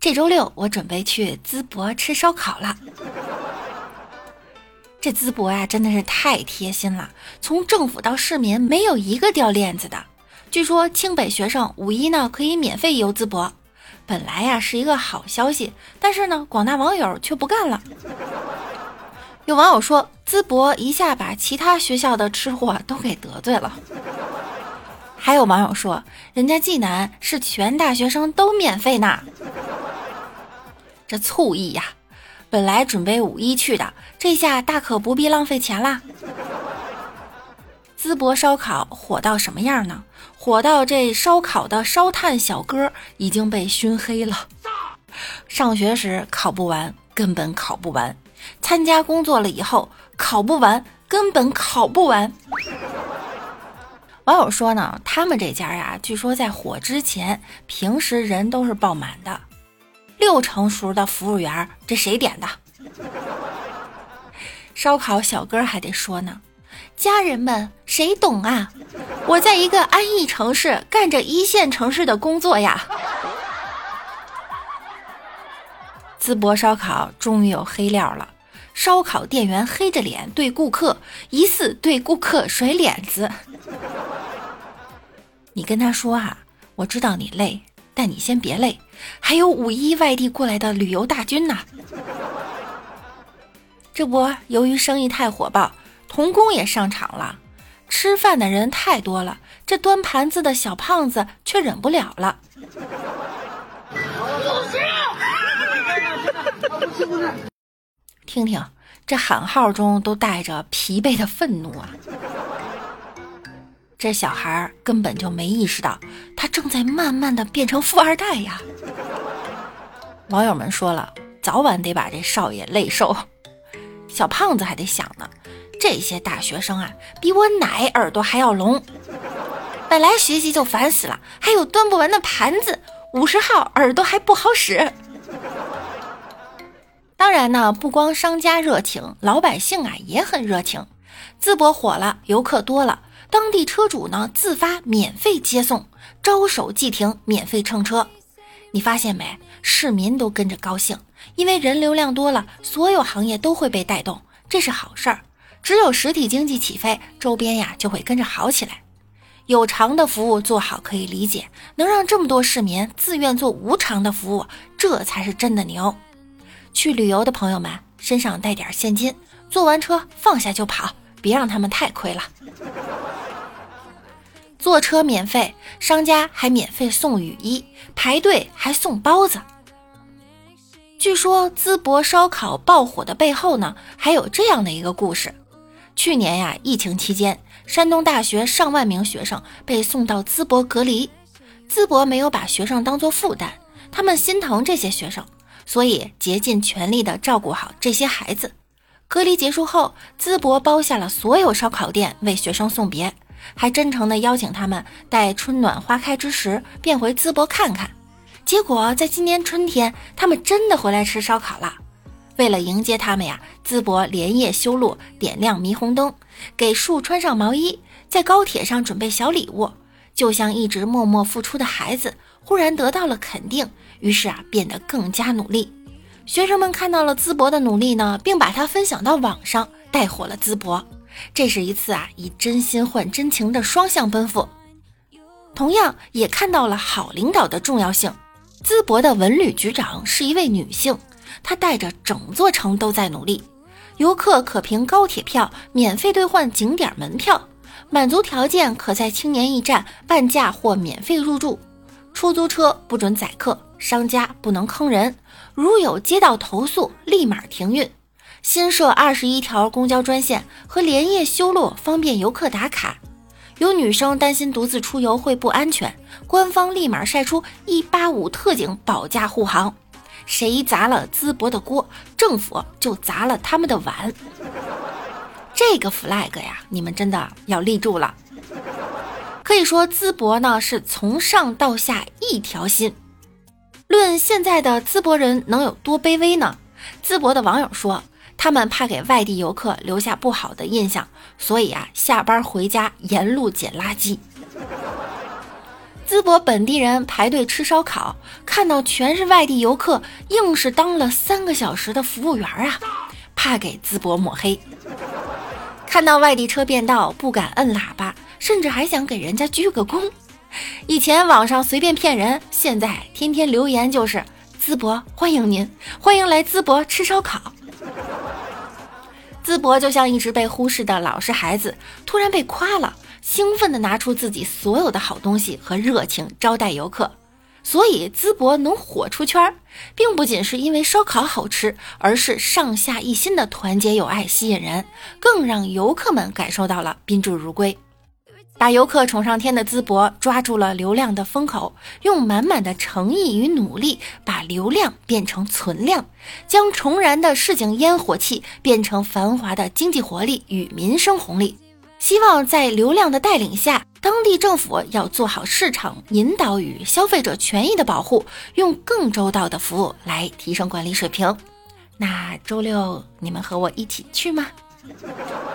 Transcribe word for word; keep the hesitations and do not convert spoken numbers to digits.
这周六我准备去淄博吃烧烤了。这淄博呀、啊，真的是太贴心了，从政府到市民没有一个掉链子的。据说清北学生五一呢可以免费游淄博，本来呀、啊、是一个好消息，但是呢广大网友却不干了。有网友说，淄博一下把其他学校的吃货都给得罪了。还有网友说，人家济南是全大学生都免费呢。这醋意呀，本来准备五一去的，这下大可不必浪费钱啦。淄博烧烤火到什么样呢？火到这烧烤的烧炭小哥已经被熏黑了。上学时考不完，根本考不完；参加工作了以后，考不完，根本考不完。网友说呢，他们这家呀，据说在火之前，平时人都是爆满的。六成熟的服务员，这谁点的？烧烤小哥还得说呢，家人们谁懂啊？我在一个安逸城市干着一线城市的工作呀。淄博烧烤终于有黑料了，烧烤店员黑着脸对顾客，疑似对顾客甩脸子。你跟他说啊，我知道你累，但你先别累，还有五一外地过来的旅游大军呢。这不，由于生意太火爆，童工也上场了。吃饭的人太多了，这端盘子的小胖子却忍不了了。听听，这喊号中都带着疲惫的愤怒啊！这小孩根本就没意识到，他正在慢慢的变成富二代呀。网友们说了，早晚得把这少爷累瘦。小胖子还得想呢，这些大学生啊，比我奶耳朵还要聋。本来学习就烦死了，还有端不完的盘子，五十号耳朵还不好使。当然呢，不光商家热情，老百姓啊也很热情。淄博火了，游客多了，当地车主呢自发免费接送，招手即停，免费乘车。你发现没？市民都跟着高兴，因为人流量多了，所有行业都会被带动，这是好事儿。只有实体经济起飞，周边呀就会跟着好起来。有偿的服务做好可以理解，能让这么多市民自愿做无偿的服务，这才是真的牛。去旅游的朋友们，身上带点现金，坐完车放下就跑，别让他们太亏了。坐车免费，商家还免费送雨衣，排队还送包子。据说淄博烧烤爆火的背后呢，还有这样的一个故事。去年呀，疫情期间，山东大学上万名学生被送到淄博隔离。淄博没有把学生当作负担，他们心疼这些学生，所以竭尽全力地照顾好这些孩子。隔离结束后，淄博包下了所有烧烤店为学生送别，还真诚地邀请他们待春暖花开之时便回淄博看看。结果在今年春天，他们真的回来吃烧烤了。为了迎接他们呀，淄博连夜修路，点亮霓虹灯，给树穿上毛衣，在高铁上准备小礼物，就像一直默默付出的孩子忽然得到了肯定，于是啊变得更加努力。学生们看到了淄博的努力呢，并把它分享到网上，带火了淄博。这是一次啊以真心换真情的双向奔赴，同样也看到了好领导的重要性。淄博的文旅局长是一位女性，她带着整座城都在努力。游客可凭高铁票免费兑换景点门票，满足条件可在青年驿站半价或免费入住。出租车不准载客，商家不能坑人，如有接到投诉立马停运。新设二十一条公交专线和连夜修路，方便游客打卡。有女生担心独自出游会不安全，官方立马晒出一八五特警保驾护航。谁砸了淄博的锅，政府就砸了他们的碗。这个 flag 呀，你们真的要立住了。可以说淄博呢是从上到下一条心。论现在的淄博人能有多卑微呢？淄博的网友说，他们怕给外地游客留下不好的印象，所以啊，下班回家沿路捡垃圾。 淄博本地人排队吃烧烤，看到全是外地游客，硬是当了三个小时的服务员啊，怕给淄博抹黑。看到外地车变道，不敢摁喇叭，甚至还想给人家鞠个躬。以前网上随便骗人，现在天天留言就是淄博欢迎您，欢迎来淄博吃烧烤。淄博就像一直被忽视的老实孩子，突然被夸了，兴奋地拿出自己所有的好东西和热情招待游客。所以淄博能火出圈，并不仅是因为烧烤好吃，而是上下一心的团结友爱吸引人，更让游客们感受到了宾至如归。把游客宠上天的淄博抓住了流量的风口，用满满的诚意与努力把流量变成存量，将重燃的市井烟火气变成繁华的经济活力与民生红利。希望在流量的带领下，当地政府要做好市场引导与消费者权益的保护，用更周到的服务来提升管理水平。那周六你们和我一起去吗？